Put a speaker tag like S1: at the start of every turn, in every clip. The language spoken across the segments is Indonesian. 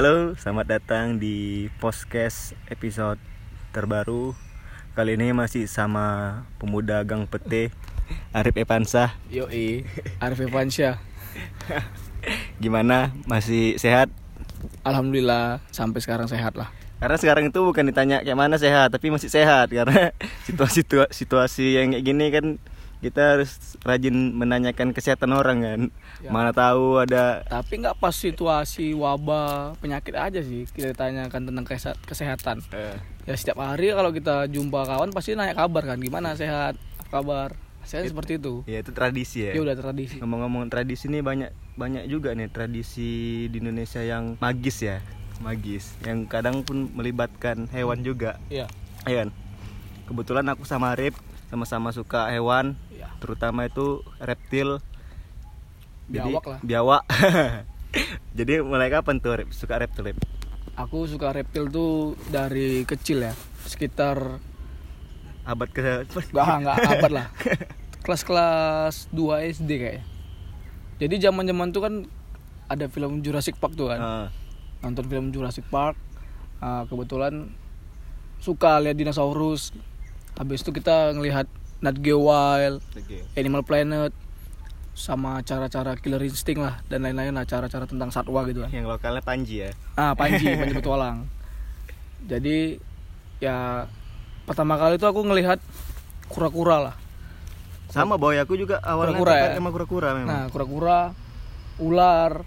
S1: Halo, selamat datang di podcast episode terbaru. Kali ini masih sama pemuda Gang Pete, Arif Evansyah.
S2: Yoi, Arif Evansyah.
S1: Gimana? Masih sehat?
S2: Alhamdulillah, sampai sekarang sehat lah.
S1: Karena sekarang itu bukan ditanya kayak mana sehat, tapi masih sehat. Karena situasi yang kayak gini kan kita harus rajin menanyakan kesehatan orang kan ya. Mana tahu ada.
S2: Tapi nggak pas situasi wabah penyakit aja sih kita tanyakan tentang kesehatan. Ya setiap hari kalau kita jumpa kawan pasti nanya kabar kan, gimana sehat, apa kabar. Saya seperti itu.
S1: Ya itu tradisi ya.
S2: Ya udah tradisi.
S1: Ngomong-ngomong tradisi nih banyak juga nih tradisi di Indonesia yang magis ya. Magis yang kadang pun melibatkan hewan juga.
S2: Iya.
S1: Kan? Kebetulan aku sama Arif sama-sama suka hewan, ya. Terutama itu reptil.
S2: Biawak lah.
S1: Biawak. Jadi mulai kapan tuh Arif suka reptil?
S2: Aku suka reptil tuh dari kecil ya, sekitar
S1: abad ke
S2: nggak abad lah, kelas 2 SD kayaknya. Jadi zaman tuh kan ada film Jurassic Park tuh kan. Nonton film Jurassic Park, kebetulan suka lihat dinosaurus. Habis itu kita ngelihat Nat Geo Wild, Animal Planet, sama cara-cara Killer Instinct lah dan lain-lain lah, cara-cara tentang satwa gitu kan.
S1: Yang lokalnya Panji ya.
S2: Panji Petualang. Jadi ya pertama kali itu aku ngelihat kura-kura lah.
S1: Sama boy, aku juga awalnya
S2: kura-kura ya?
S1: Sama kura-kura memang.
S2: Nah, kura-kura, ular,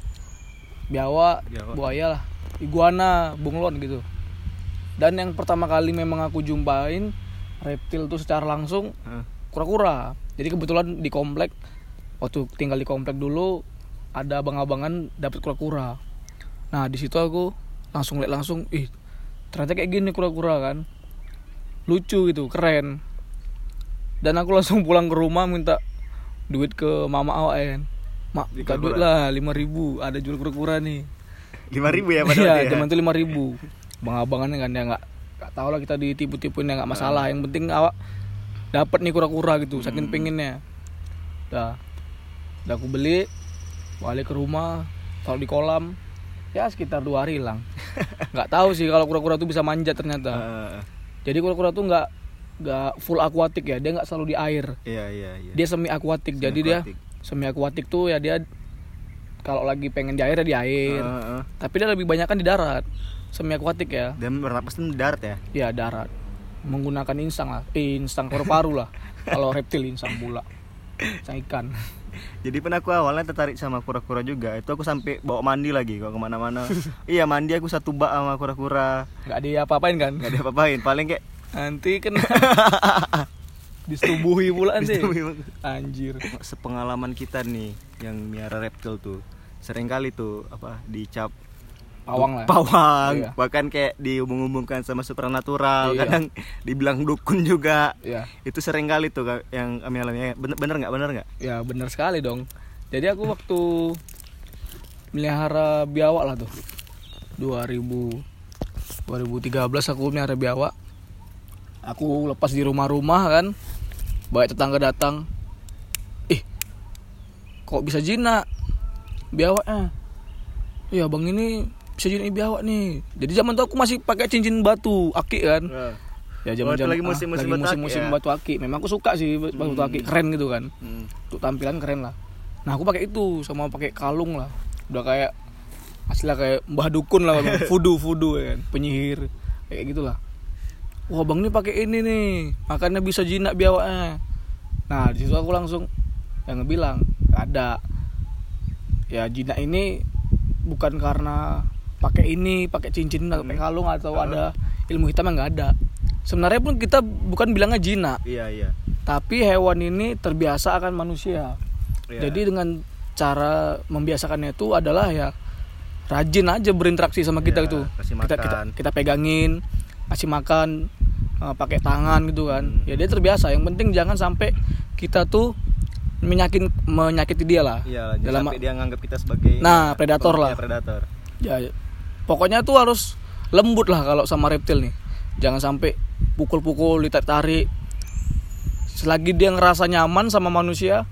S2: biawak, buaya lah, iguana, bunglon gitu. Dan yang pertama kali memang aku jumpain reptil tuh secara langsung kura-kura. Jadi kebetulan di komplek, waktu tinggal di komplek dulu ada abang-abangan dapat kura-kura. Nah di situ aku langsung lihat langsung, ternyata kayak gini kura-kura kan, lucu gitu, keren. Dan aku langsung pulang ke rumah minta duit ke mama awak kan. Mak, minta duit lah 5.000, ada jual kura-kura nih.
S1: 5.000 ya padahal.
S2: Iya, zaman itu 5.000. Bang-abangan kan ya nggak tahu lah, kita ditipu-tipuin ya nggak masalah. Yang penting awak dapat nih kura-kura gitu, saking pengennya. Udah aku beli, balik ke rumah, taruh di kolam. Ya sekitar 2 hari hilang. Nggak tahu sih kalau kura-kura tuh bisa manjat ternyata. Jadi kura-kura tuh nggak full akuatik ya, dia nggak selalu di air.
S1: Iya.
S2: Dia semi akuatik. Jadi dia semi akuatik tuh ya dia kalau lagi pengen di air ya di air. Tapi dia lebih banyak kan di darat. Semi akuatik ya.
S1: Dan bernapas di darat ya?
S2: Iya, darat. Menggunakan insang lah. Insang paru-paru lah. Kalau reptil insang bola. Insang ikan.
S1: Jadi pun aku awalnya tertarik sama kura-kura juga. Itu aku sampai bawa mandi lagi kalau kemana-mana. Iya, mandi aku satu bak sama kura-kura.
S2: Gak diapa-apain kan?
S1: Gak diapa-apain. Paling kayak
S2: nanti kan disetubuhi pula sih. Anjir.
S1: Sepengalaman kita nih yang miara reptil tuh, sering kali tuh dicap
S2: pawang lah.
S1: Iya. Bahkan kayak diumum-umumkan sama supernatural. Iya. Kadang dibilang dukun juga. Iya. Itu sering kali tuh yang kami alami. Bener nggak?
S2: Ya bener sekali dong. Jadi aku waktu melihara biawak lah tuh 2013 aku melihara biawak. Aku lepas di rumah-rumah kan, banyak tetangga datang. Kok bisa jinak biawaknya? Ya bang, ini bisa jinak biawak nih. Jadi zaman itu aku masih pakai cincin batu aki kan. Ya zaman-zaman
S1: lagi musim
S2: batu aki. Memang aku suka sih batu aki, keren gitu kan. Untuk tampilan keren lah. Nah aku pakai itu sama pakai kalung lah. Udah kayak aslinya kayak mbah dukun lah, voodoo ya kan, penyihir kayak gitulah. Wah bang, ini pakai ini nih, makanya bisa jinak biawaknya. Nah di situ aku langsung yang ngebilang gak ada. Ya jinak ini bukan karena pakai cincin atau pakai kalung atau ada ilmu hitam, yang nggak ada. Sebenarnya pun kita bukan bilangnya jinak.
S1: Iya.
S2: Tapi hewan ini terbiasa akan manusia. Iya. Jadi dengan cara membiasakannya itu adalah ya rajin aja berinteraksi sama kita itu. Kita pegangin, kasih makan, pakai tangan gitu kan. Ya dia terbiasa. Yang penting jangan sampai kita tuh menyakiti dia lah.
S1: Iya, dalam sampai dia nganggap kita sebagai
S2: predator lah.
S1: Predator.
S2: Ya, pokoknya tuh harus lembut lah kalau sama reptil nih. Jangan sampai pukul-pukul, ditarik-tarik. Selagi dia ngerasa nyaman sama manusia,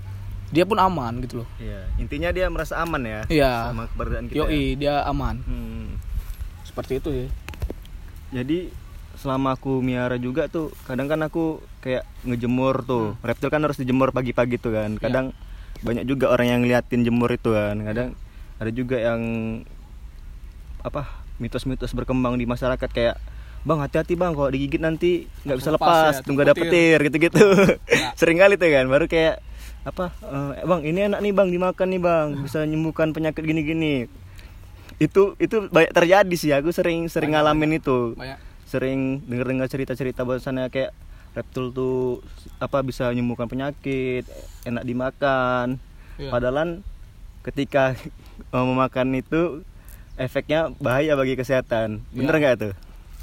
S2: dia pun aman gitu loh.
S1: Iya, intinya dia merasa aman ya.
S2: Iya.
S1: Sama keberadaan kita.
S2: Yoi, dia aman.
S1: Hmm.
S2: Seperti itu ya.
S1: Jadi selama aku miara juga tuh, kadang kan aku kayak ngejemur tuh. Reptil kan harus dijemur pagi-pagi tuh kan. Kadang banyak juga orang yang ngeliatin jemur itu kan. Kadang ada juga yang mitos-mitos berkembang di masyarakat kayak, bang hati-hati bang kalau digigit nanti nggak bisa lepas, tunggu ada petir gitu-gitu. Sering kali tuh kan, baru kayak bang ini enak nih bang dimakan nih bang, bisa menyembuhkan penyakit gini-gini. Itu banyak terjadi sih, aku sering ngalamin itu. Sering dengar cerita-cerita bahwasannya kayak reptil tuh bisa menyembuhkan penyakit, enak dimakan. Padahal ketika memakan itu efeknya bahaya bagi kesehatan. Bener nggak tuh?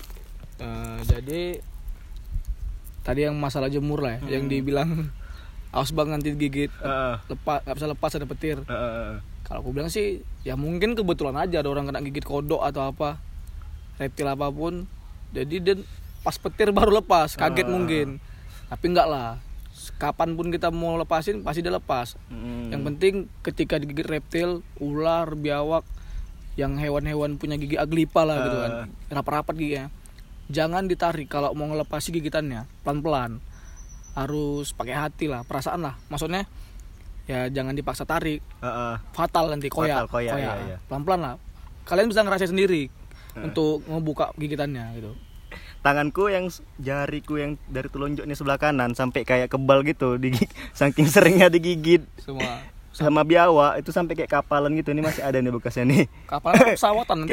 S2: Jadi tadi yang masalah jemur lah ya, yang dibilang awas bang nanti gigit lepas, nggak bisa lepas ada petir. Kalau aku bilang sih ya mungkin kebetulan aja ada orang kena gigit kodok atau apa, reptil apapun, jadi dia pas petir baru lepas, kaget mungkin. Tapi enggak lah, kapanpun kita mau lepasin pasti dia lepas. Yang penting ketika digigit reptil, ular, biawak, yang hewan-hewan punya gigi aglipa lah gitu kan, rapat-rapat giginya, jangan ditarik kalau mau ngelepasi gigitannya, pelan-pelan, harus pakai hati lah, perasaan lah, maksudnya ya jangan dipaksa tarik, fatal nanti, koyak.
S1: Iya.
S2: Pelan-pelan lah, kalian bisa ngerasain sendiri untuk ngebuka gigitannya gitu.
S1: Tanganku yang jariku yang dari telunjuk nih sebelah kanan sampai kayak kebal gitu, saking seringnya digigit
S2: semua
S1: sama biawak itu sampai kayak kapalan gitu. Ini masih ada nih bekasnya nih.
S2: Kapalan pesawatan nanti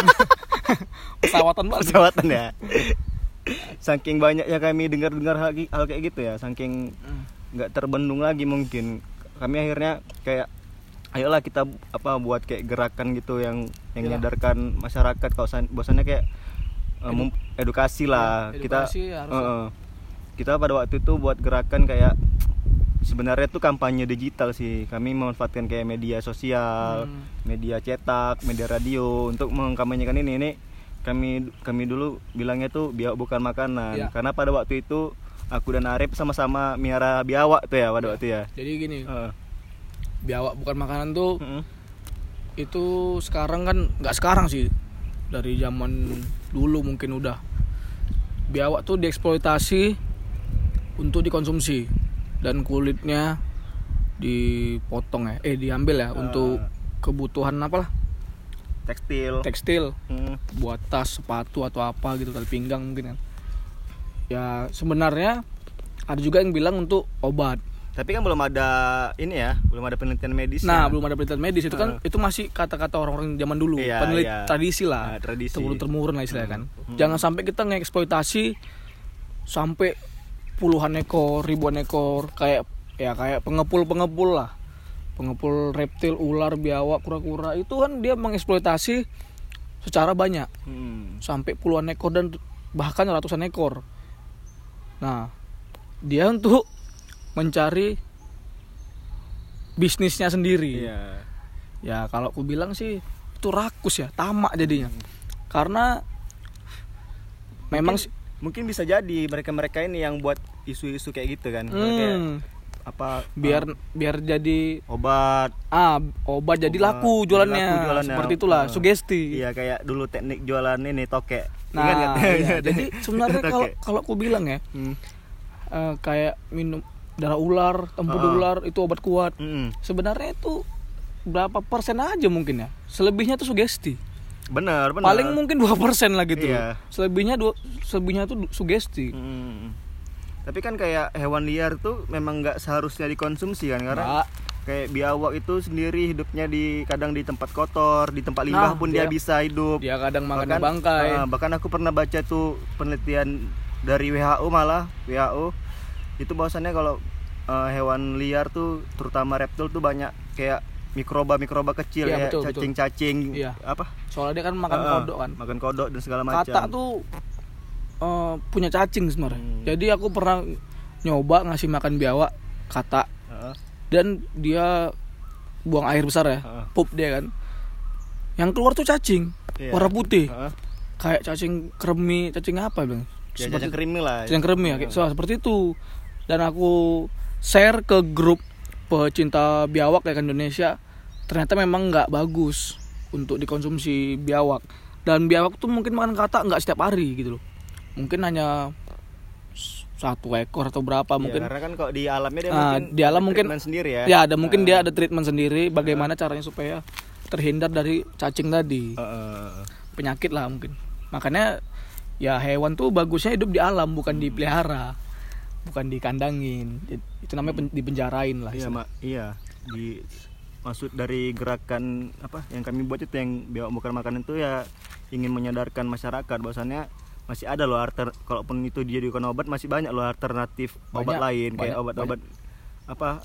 S2: pesawatan
S1: ya. Saking banyaknya kami dengar hal kayak gitu ya, saking nggak terbendung lagi mungkin. Kami akhirnya kayak ayolah kita buat kayak gerakan gitu yang menyadarkan masyarakat kalau bosannya kayak edukasi lah.
S2: Edukasi
S1: kita pada waktu itu buat gerakan kayak sebenarnya tuh kampanye digital sih. Kami memanfaatkan kayak media sosial, media cetak, media radio untuk mengkampanyekan ini. Kami dulu bilangnya tuh biawak bukan makanan. Karena pada waktu itu aku dan Arif sama-sama miara biawak tuh ya pada waktu ya.
S2: Jadi gini, biawak bukan makanan tuh itu sekarang kan nggak sekarang sih, dari zaman dulu mungkin udah. Biawak tuh dieksploitasi untuk dikonsumsi dan kulitnya dipotong diambil ya untuk kebutuhan apalah, tekstil buat tas, sepatu atau apa gitu, tali pinggang mungkin kan. Ya sebenarnya ada juga yang bilang untuk obat.
S1: Tapi kan belum ada penelitian medis.
S2: Nah, belum ada penelitian medis itu kan, itu masih kata-kata orang-orang zaman dulu, tradisi lah, turun-temurun lah istilahnya kan. Jangan sampai kita ngeksploitasi sampai puluhan ekor, ribuan ekor, kayak pengepul lah. Pengepul reptil, ular, biawak, kura-kura itu kan dia mengeksploitasi secara banyak. Sampai puluhan ekor dan bahkan ratusan ekor. Nah, dia untuk mencari bisnisnya sendiri. Ya kalau aku bilang sih itu rakus ya, tamak jadinya. Karena memang
S1: mungkin bisa jadi mereka ini yang buat isu-isu kayak gitu kan. Kayak
S2: biar jadi
S1: obat
S2: jadi laku jualannya. Seperti itulah, sugesti.
S1: Iya, kayak dulu teknik jualan ini tokek.
S2: Nah, jadi sebenarnya kalau aku bilang ya, kayak minum darah ular, tempur ular itu obat kuat. Sebenarnya itu berapa persen aja mungkin ya. Selebihnya itu sugesti.
S1: Benar.
S2: Paling mungkin 2% lah gitu. Selebihnya tuh sugesti.
S1: Tapi kan kayak hewan liar tuh memang nggak seharusnya dikonsumsi kan, karena kayak biawak itu sendiri hidupnya kadang di tempat kotor, di tempat limbah pun dia bisa hidup.
S2: Dia kadang makan bangkai.
S1: Bahkan aku pernah baca tuh penelitian dari WHO itu bahwasannya kalau hewan liar tuh terutama reptil tuh banyak kayak mikroba kecil cacing-cacing
S2: soalnya dia kan makan
S1: kodok dan segala macam.
S2: Kata tuh punya cacing sebenarnya. Jadi aku pernah nyoba ngasih makan biawak kata, dan dia buang air besar ya, pup dia kan. Yang keluar tuh cacing warna putih, kayak cacing kremi, cacing apa bang?
S1: Cacing kremi lah.
S2: Cacing kremi ya, kayak seperti itu. Dan aku share ke grup pecinta biawak ya kan Indonesia, ternyata memang nggak bagus untuk dikonsumsi biawak. Dan biawak tuh mungkin makan katak nggak setiap hari gitu loh, mungkin hanya 1 ekor atau berapa mungkin.
S1: Karena kan kalau di alamnya dia
S2: di alam mungkin
S1: sendiri ya.
S2: Ya ada mungkin dia ada treatment sendiri. Bagaimana caranya supaya terhindar dari cacing tadi, penyakit lah mungkin. Makanya ya hewan tuh bagusnya hidup di alam, bukan dipelihara, bukan dikandangin. Itu namanya dipenjarain lah.
S1: Iya. Maksud dari gerakan apa yang kami buat itu, yang biawak bukan makanan itu ya ingin menyadarkan masyarakat bahwasannya masih ada loh kalaupun itu dia digunakan obat, masih banyak loh alternatif obat lain, kayak obat-obat apa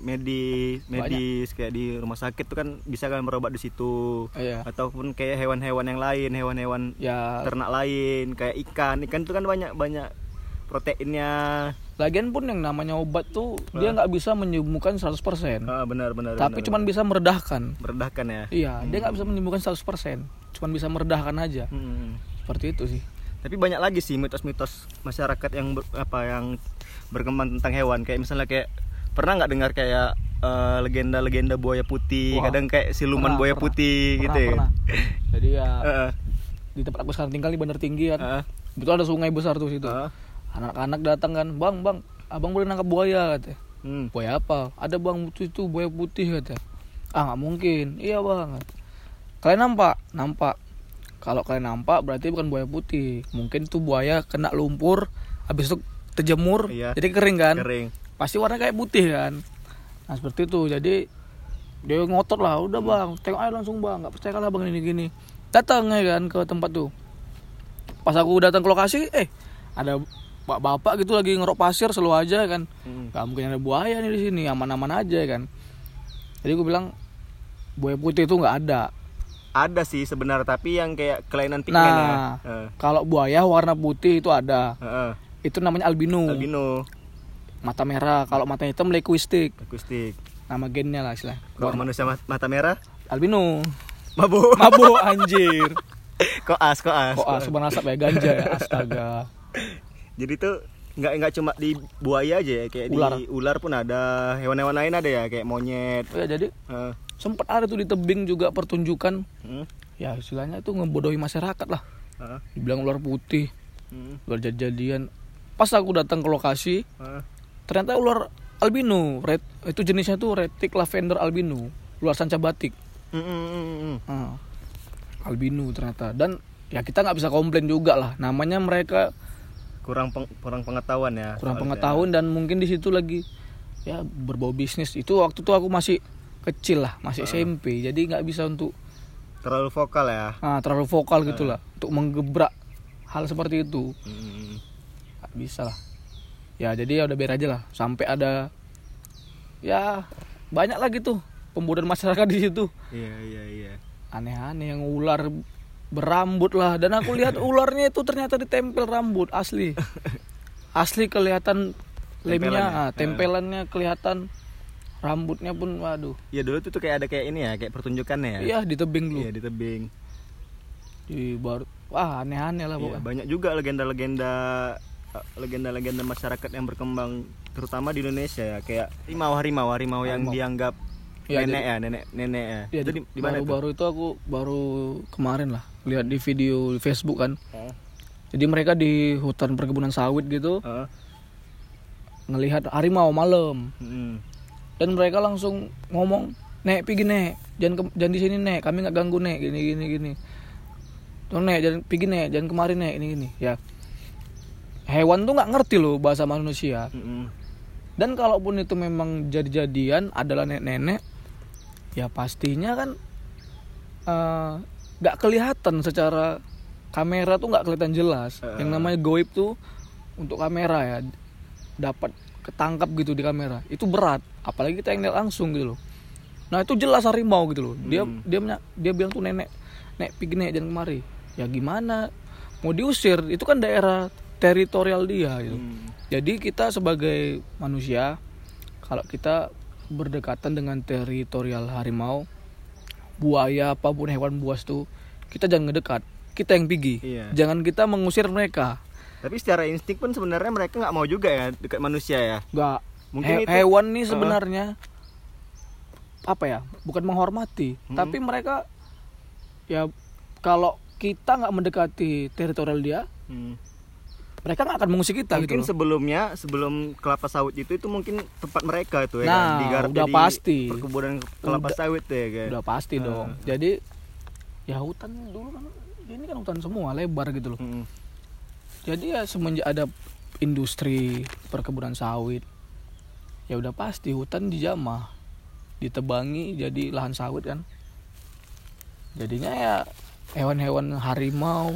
S1: medis kayak di rumah sakit tuh kan bisa kan berobat di situ. Ataupun kayak hewan-hewan yang lain, hewan-hewan ternak lain kayak ikan itu kan banyak proteinnya.
S2: Lagian pun yang namanya obat tuh dia nggak bisa menyembuhkan 100%.
S1: Benar.
S2: Tapi cuman bisa meredahkan
S1: ya.
S2: Iya, dia nggak bisa menyembuhkan 100%, cuman bisa meredahkan aja. Seperti itu sih.
S1: Tapi banyak lagi sih mitos-mitos masyarakat yang berkembang tentang hewan. Kayak misalnya kayak pernah nggak dengar kayak legenda-legenda buaya putih? Kadang kayak siluman buaya putih gitu ya.
S2: Jadi ya di tempat aku sekarang tinggal di Bandar Tinggi kan, betul ada sungai besar tuh situ. Anak-anak datang kan, bang, abang boleh nangkap buaya katanya. Buaya apa? Ada bang, itu buaya putih katanya. Nggak mungkin. Iya bang. Kalian nampak. Kalau kalian nampak berarti bukan buaya putih. Mungkin itu buaya kena lumpur, habis itu terjemur, jadi kering kan? Kering. Pasti warna kayak putih kan? Nah seperti itu. Jadi dia ngotot lah, udah bang, tengok aja langsung bang, nggak percaya lah bang ini gini. Datang ya kan ke tempat tuh. Pas aku datang ke lokasi, ada bapak gitu lagi ngerok pasir selalu aja kan. Gak mungkin ada buaya nih di sini, aman-aman aja kan. Jadi aku bilang buaya putih itu nggak ada.
S1: Ada sih sebenarnya, tapi yang kayak kelainan pigmennya.
S2: Kalau buaya warna putih itu ada. Itu namanya albino. Mata merah. Kalau mata hitam leucistic. Nama gennya lah istilah.
S1: Kalau manusia mata merah?
S2: Albino.
S1: Mabuk
S2: Anjir.
S1: Koas
S2: Subhanasab ya, ganja ya, astaga.
S1: Jadi tuh nggak cuma di buaya aja ya, kayak di ular pun ada, hewan-hewan lain ada ya, kayak monyet.
S2: Jadi sempat ada tuh di tebing juga pertunjukan. Ya istilahnya itu ngebodohi masyarakat lah. Dibilang ular putih, ular jadian. Pas aku datang ke lokasi, ternyata ular albino. Itu jenisnya tuh retic lavender albino, ular sanca batik. Albino ternyata. Dan ya kita nggak bisa komplain juga lah, namanya mereka
S1: kurang pengetahuan ya.
S2: Pengetahuan dan mungkin di situ lagi ya berbau bisnis. Itu waktu itu aku masih kecil lah, masih SMP, jadi nggak bisa untuk
S1: terlalu vokal ya.
S2: Terlalu vokal gitulah untuk menggebrak hal seperti itu. Nggak bisa lah. Ya jadi ya udah biar aja lah, sampai ada ya banyak lagi tuh pembodohan masyarakat di situ.
S1: Iya.
S2: Aneh-aneh yang ular berambut lah, dan aku lihat ularnya itu ternyata ditempel rambut asli kelihatan lemnya, tempelannya kelihatan, rambutnya pun waduh.
S1: Ya dulu tuh kayak ada kayak ini ya, kayak pertunjukannya ya.
S2: Iya di tebing dulu.
S1: Iya di tebing.
S2: Aneh-aneh lah pokoknya.
S1: Banyak juga legenda masyarakat yang berkembang terutama di Indonesia ya, kayak harimau yang dianggap nenek ya.
S2: Jadi baru itu aku baru kemarin lah lihat di video di Facebook kan. Jadi mereka di hutan perkebunan sawit gitu, ngelihat harimau malam. Dan mereka langsung ngomong, "Nek, pergi nek, jangan di sini nek, kami nggak ganggu nek, gini. Tuh nek, jangan pergi nek, jangan kemari nek, ini." Ya. Hewan tuh nggak ngerti loh bahasa manusia. Dan kalaupun itu memang jadi-jadian adalah nenek-nenek, ya pastinya kan nggak kelihatan secara kamera tuh, nggak kelihatan jelas. Yang namanya goib tuh untuk kamera ya, dapat ketangkap gitu di kamera itu berat, apalagi kita yang lihat langsung gitu loh. Nah itu jelas harimau gitu loh. Dia bilang tuh nenek pergi nek, jangan kemari. Ya gimana mau diusir, itu kan daerah teritorial dia gitu. Jadi kita sebagai manusia, kalau kita berdekatan dengan teritorial harimau, buaya, apapun hewan buas tuh, kita jangan ngedekat, kita yang pergi. Jangan kita mengusir mereka.
S1: Tapi secara insting pun sebenarnya mereka nggak mau juga ya dekat manusia ya.
S2: Nggak. Mungkin hewan nih sebenarnya apa ya, bukan menghormati, tapi mereka ya kalau kita nggak mendekati teritorial dia, mereka nggak akan mengusik kita.
S1: Mungkin
S2: gitu
S1: sebelum kelapa sawit itu mungkin tempat mereka itu ya
S2: nah,
S1: kan, digarap
S2: udah
S1: jadi
S2: pasti
S1: perkebunan kelapa sawit ya kan.
S2: Udah pasti dong. Jadi ya hutan dulu kan, ini kan hutan semua lebar gitu loh. Jadi ya semenjak ada industri perkebunan sawit, ya udah pasti hutan dijamah, ditebangi jadi lahan sawit kan. Jadinya ya hewan-hewan harimau,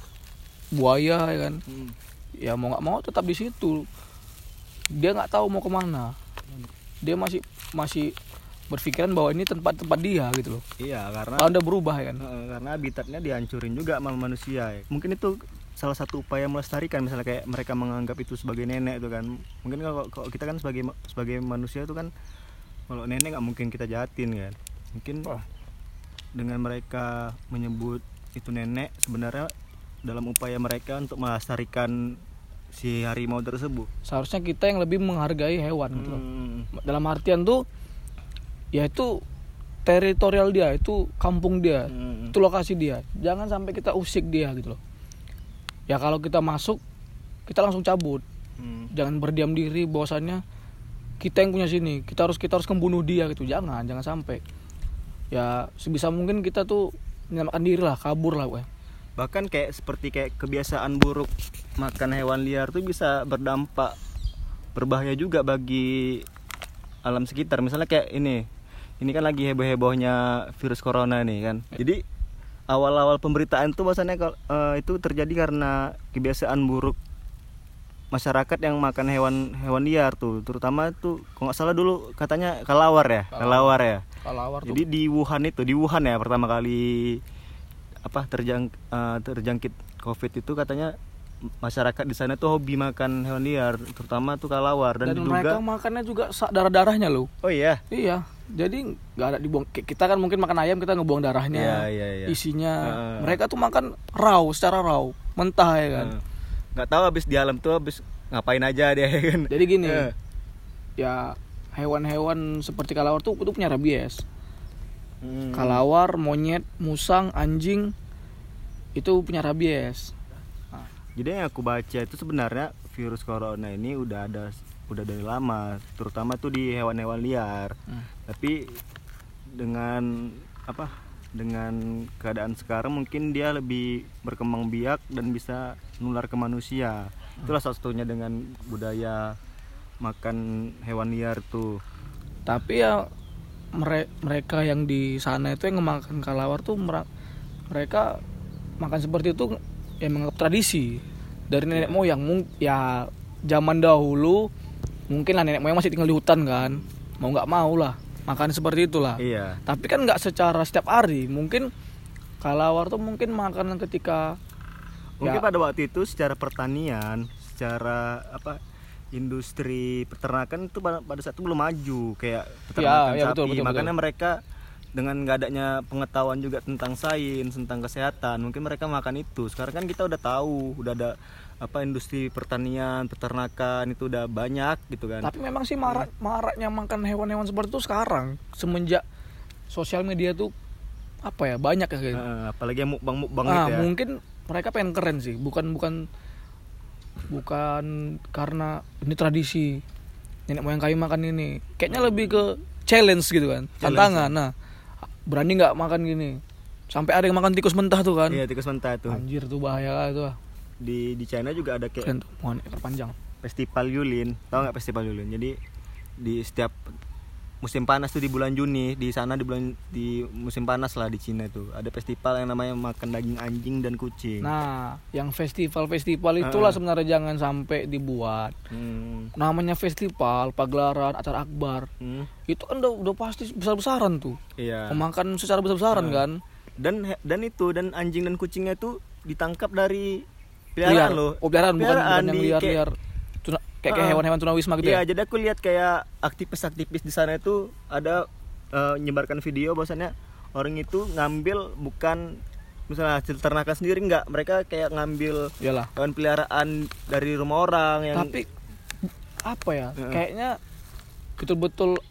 S2: buaya ya kan, ya mau nggak mau tetap di situ. Dia nggak tahu mau kemana. Dia masih berpikiran bahwa ini tempat dia gitu loh.
S1: Iya, karena
S2: udah berubah ya kan.
S1: Karena habitatnya dihancurin juga sama manusia ya. Mungkin itu salah satu upaya melestarikan, misalnya kayak mereka menganggap itu sebagai nenek itu kan. Mungkin kalau kita kan sebagai manusia itu kan, kalau nenek nggak mungkin kita jahatin kan. Mungkin dengan mereka menyebut itu nenek, sebenarnya dalam upaya mereka untuk melestarikan si harimau tersebut.
S2: Seharusnya kita yang lebih menghargai hewan gitu loh. Dalam artian tuh ya itu teritorial dia, itu kampung dia, itu lokasi dia. Jangan sampai kita usik dia gitu loh. Ya kalau kita masuk, kita langsung cabut. Jangan berdiam diri bahwasannya kita yang punya sini, kita harus membunuh dia gitu. Jangan sampai. Ya sebisa mungkin kita tuh menyelamatkan diri lah, kabur lah gue.
S1: Bahkan seperti kebiasaan buruk makan hewan liar tuh bisa berdampak berbahaya juga bagi alam sekitar. Misalnya kayak ini kan lagi heboh-hebohnya virus corona nih kan. Jadi awal-awal pemberitaan tuh bahasanya itu terjadi karena kebiasaan buruk masyarakat yang makan hewan liar tuh, terutama tuh kalau nggak salah dulu katanya kelawar ya.
S2: Kelawar
S1: Jadi di Wuhan ya pertama kali terjangkit COVID itu, katanya masyarakat di sana tuh hobi makan hewan liar, terutama tuh kelawar, dan diduga
S2: mereka makannya juga darah-darahnya loh.
S1: Oh iya.
S2: Iya. Jadi nggak ada dibuang. Kita kan mungkin makan ayam, kita ngebuang darahnya,
S1: iya.
S2: isinya. Mereka tuh makan secara raw, mentah ya kan.
S1: Nggak tahu habis di alam tuh habis ngapain aja dia ya kan.
S2: Jadi gini, ya hewan-hewan seperti kelawar tuh itu punya rabies. Kelawar, monyet, musang, anjing itu punya rabies.
S1: Jadi yang aku baca itu sebenarnya virus corona ini udah dari lama, terutama tuh di hewan-hewan liar. Tapi dengan keadaan sekarang mungkin dia lebih berkembang biak dan bisa nular ke manusia. Itulah salah satunya dengan budaya makan hewan liar tuh.
S2: Tapi ya mereka yang di sana itu yang makan kelawar tuh mereka makan seperti itu ya, menganggap tradisi dari nenek moyang. Ya zaman dahulu mungkin lah nenek moyang masih tinggal di hutan kan, mau nggak mau lah makan seperti itulah.
S1: Iya.
S2: Tapi kan nggak secara setiap hari. Mungkin kelawar tuh mungkin makanan ketika
S1: pada waktu itu secara pertanian, secara industri peternakan itu pada saat itu belum maju kayak peternakan sapi.
S2: Betul.
S1: Makanya mereka dengan nggak adanya pengetahuan juga tentang sains, tentang kesehatan, mungkin mereka makan itu. Sekarang kan kita udah tahu, udah ada industri pertanian, peternakan itu udah banyak gitu kan.
S2: Tapi memang sih maraknya makan hewan-hewan seperti itu sekarang semenjak sosial media tuh banyak ya gitu.
S1: Apalagi yang mukbang gitu ya.
S2: Mungkin mereka pengen keren sih, bukan karena ini tradisi nenek moyang kami makan ini. Kayaknya lebih ke challenge gitu kan, tantangan. Nah, berani nggak makan gini? Sampai ada yang makan tikus mentah tuh kan?
S1: Iya, tikus mentah tuh.
S2: Anjir tuh bahaya tuh.
S1: Di China juga ada kayak
S2: keren tuh, mohon ekor panjang.
S1: Festival Yulin, tahu nggak festival Yulin? Jadi di setiap musim panas tuh di bulan Juni, di sana di musim panas lah di Cina itu ada festival yang namanya makan daging anjing dan kucing.
S2: Nah, yang festival itulah sebenarnya jangan sampai dibuat. Namanya festival, pagelaran, acara akbar. Itu kan udah pasti besar-besaran tuh.
S1: Iya.
S2: Memakan secara besar-besaran kan.
S1: Dan anjing dan kucingnya tuh ditangkap dari peliharaan loh.
S2: Peliharaan bukan yang liar-liar. Kayak hewan-hewan tunawisma gitu ya.
S1: Iya, jadi aku lihat kayak aktivis di sana itu ada menyebarkan video bahwasannya orang itu ngambil bukan misalnya hasil ternakan sendiri, enggak, mereka kayak ngambil hewan peliharaan dari rumah orang yang.
S2: Tapi kayaknya betul-betul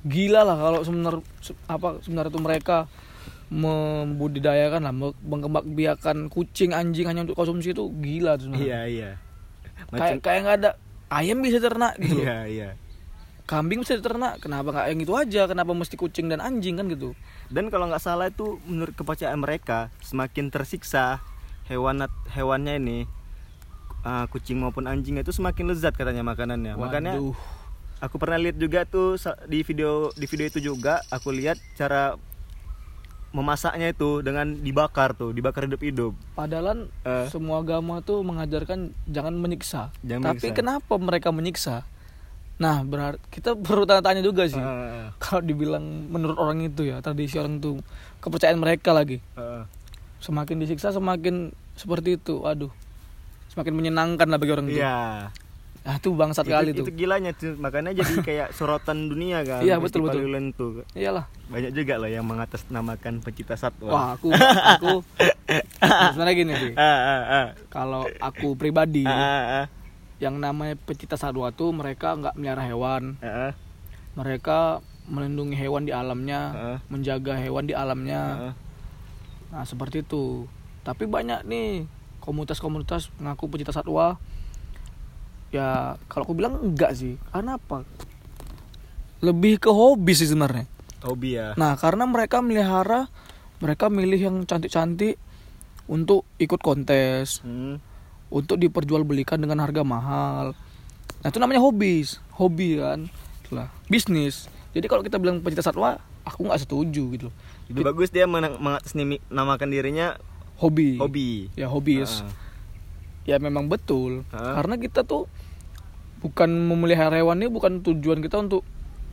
S2: Gila lah kalau sebenarnya itu mereka membudidayakan lah, mengembangbiakan kucing anjing hanya untuk konsumsi itu gila tuh sebenarnya.
S1: Iya.
S2: Kayak nggak ada ayam bisa ternak gitu loh.
S1: Iya.
S2: Kambing bisa diternak, kenapa nggak yang itu aja? Kenapa mesti kucing dan anjing kan gitu?
S1: Dan kalau nggak salah itu menurut kepercayaan mereka, semakin tersiksa hewannya ini, kucing maupun anjing itu semakin lezat katanya makanannya.
S2: Waduh.
S1: Makanya aku pernah lihat juga tuh di video itu juga aku lihat cara memasaknya itu dengan dibakar hidup-hidup.
S2: Padahal semua agama tuh mengajarkan jangan menyiksa. Tapi
S1: menyiksa.
S2: Kenapa mereka menyiksa? Nah, berarti kita perlu tanya-tanya juga sih. Kalau dibilang menurut orang itu ya, tradisi orang itu, kepercayaan mereka lagi. Semakin disiksa semakin seperti itu. Aduh. Semakin menyenangkan lah bagi orang itu.
S1: Iya.
S2: Nah, itu bangsat kali tuh.
S1: Itu gilanya tuh, makanya jadi kayak sorotan dunia kan.
S2: Iya, betul.
S1: Tuh.
S2: Iyalah.
S1: Banyak juga loh yang mengatasnamakan pencipta satwa.
S2: Wah, aku sebenarnya gini sih. Kalau aku pribadi, yang namanya pencipta satwa tuh mereka nggak melihara hewan. Mereka melindungi hewan di alamnya, menjaga hewan di alamnya. Nah, seperti itu. Tapi banyak nih komunitas-komunitas mengaku pencipta satwa. Ya, kalau aku bilang enggak sih. Karena apa? Lebih ke hobi sih sebenarnya.
S1: Hobi ya.
S2: Nah, karena mereka melihara, mereka milih yang cantik-cantik untuk ikut kontes. Untuk diperjualbelikan dengan harga mahal. Nah, itu namanya hobi kan. Itulah bisnis. Jadi kalau kita bilang pencipta satwa, aku nggak setuju gitu.
S1: Lebih bagus dia mengatasnamakan dirinya
S2: hobi. Ya, hobis. Ya memang betul. Karena kita tuh bukan memelihara hewan ini, bukan tujuan kita untuk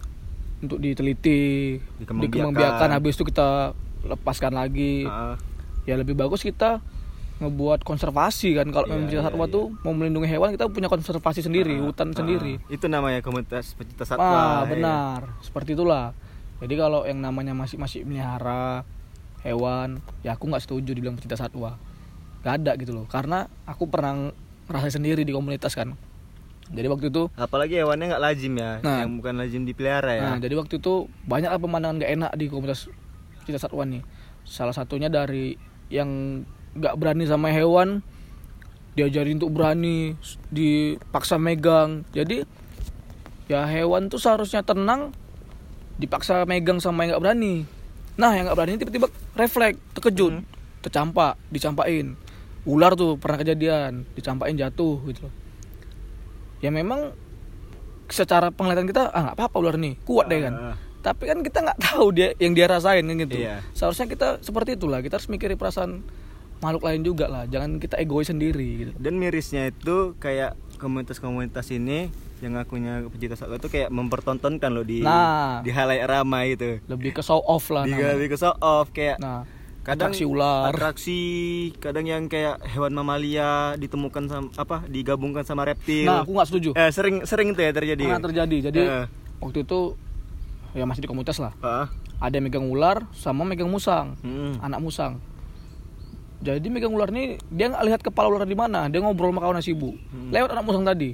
S2: diteliti, dikembangbiakan, habis itu kita lepaskan lagi. Ya lebih bagus kita ngebuat konservasi kan. Kalau pencipta satwa tuh mau melindungi hewan, kita punya konservasi sendiri, hutan sendiri.
S1: Itu namanya komunitas pencipta satwa.
S2: Benar. Seperti itulah. Jadi kalau yang namanya masih melihara hewan, ya aku nggak setuju dibilang pencipta satwa. Gak ada gitu loh. Karena aku pernah ngerasain sendiri di komunitas kan. Jadi waktu itu,
S1: apalagi hewannya nggak lazim ya, yang bukan lazim dipelihara ya.
S2: Nah, jadi waktu itu banyak pemandangan gak enak di komunitas pencipta satwa nih. Salah satunya dari yang gak berani sama hewan, diajarin untuk berani, dipaksa megang. Jadi ya hewan tuh seharusnya tenang, dipaksa megang sama yang gak berani. Nah, yang gak berani tiba-tiba refleks, terkejut, dicampain. Ular tuh pernah kejadian, dicampain jatuh gitu loh. Ya memang secara penglihatan kita nggak apa-apa ular nih, kuat deh kan. Tapi kan kita nggak tahu yang dia rasain kan gitu. Seharusnya kita seperti itulah, kita harus mikirin perasaan makhluk lain juga lah, jangan kita egois sendiri gitu.
S1: Dan mirisnya itu kayak komunitas-komunitas ini yang ngakunya pencipta satwa itu kayak mempertontonkan loh di halayak ramai gitu.
S2: Lebih ke show off lah.
S1: Lebih ke show off kayak. Kadang
S2: atraksi ular,
S1: kadang yang kayak hewan mamalia ditemukan digabungkan sama reptil.
S2: Nah, aku nggak setuju.
S1: Sering itu ya terjadi.
S2: Jadi waktu itu ya masih di komunitas lah. Ada yang megang ular sama megang musang, anak musang. Jadi megang ular ini dia nggak lihat kepala ular di mana, dia ngobrol sama kawan ibu. Lewat anak musang tadi,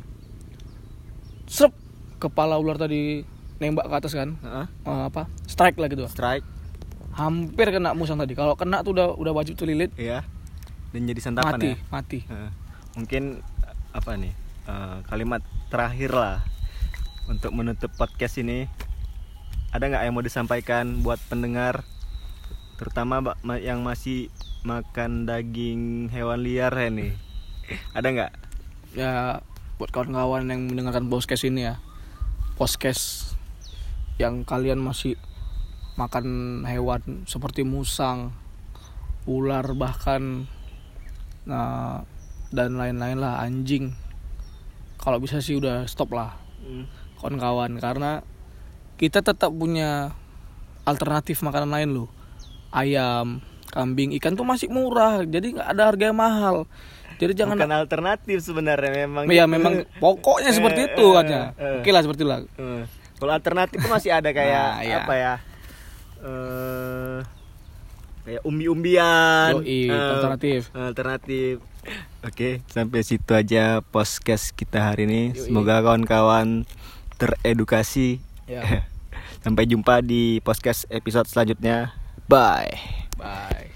S2: kepala ular tadi nembak ke atas kan, strike lah gitu. Hampir kena musang tadi. Kalau kena tuh udah wajib tuh lilit.
S1: Iya. Dan jadi santapan
S2: mati.
S1: Mungkin kalimat terakhir lah untuk menutup podcast ini. Ada nggak yang mau disampaikan buat pendengar, terutama yang masih makan daging hewan liar ini? Ada nggak?
S2: Ya buat kawan-kawan yang mendengarkan podcast ini ya, podcast yang kalian masih makan hewan seperti musang, ular bahkan dan lain-lain lah, anjing. Kalau bisa sih udah stop lah kawan-kawan, karena kita tetap punya alternatif makanan lain loh. Ayam, kambing, ikan tuh masih murah, jadi nggak ada harga yang mahal. Jadi jangan.
S1: Bukan alternatif sebenarnya memang.
S2: Ya memang pokoknya seperti itu aja. Oke lah seperti lah.
S1: Kalau alternatif masih ada kayak apa ya? Kayak umbi-umbian. Alternatif. Oke, sampai situ aja podcast kita hari ini. Semoga kawan-kawan teredukasi. Sampai jumpa di podcast episode selanjutnya. Bye.
S2: Bye.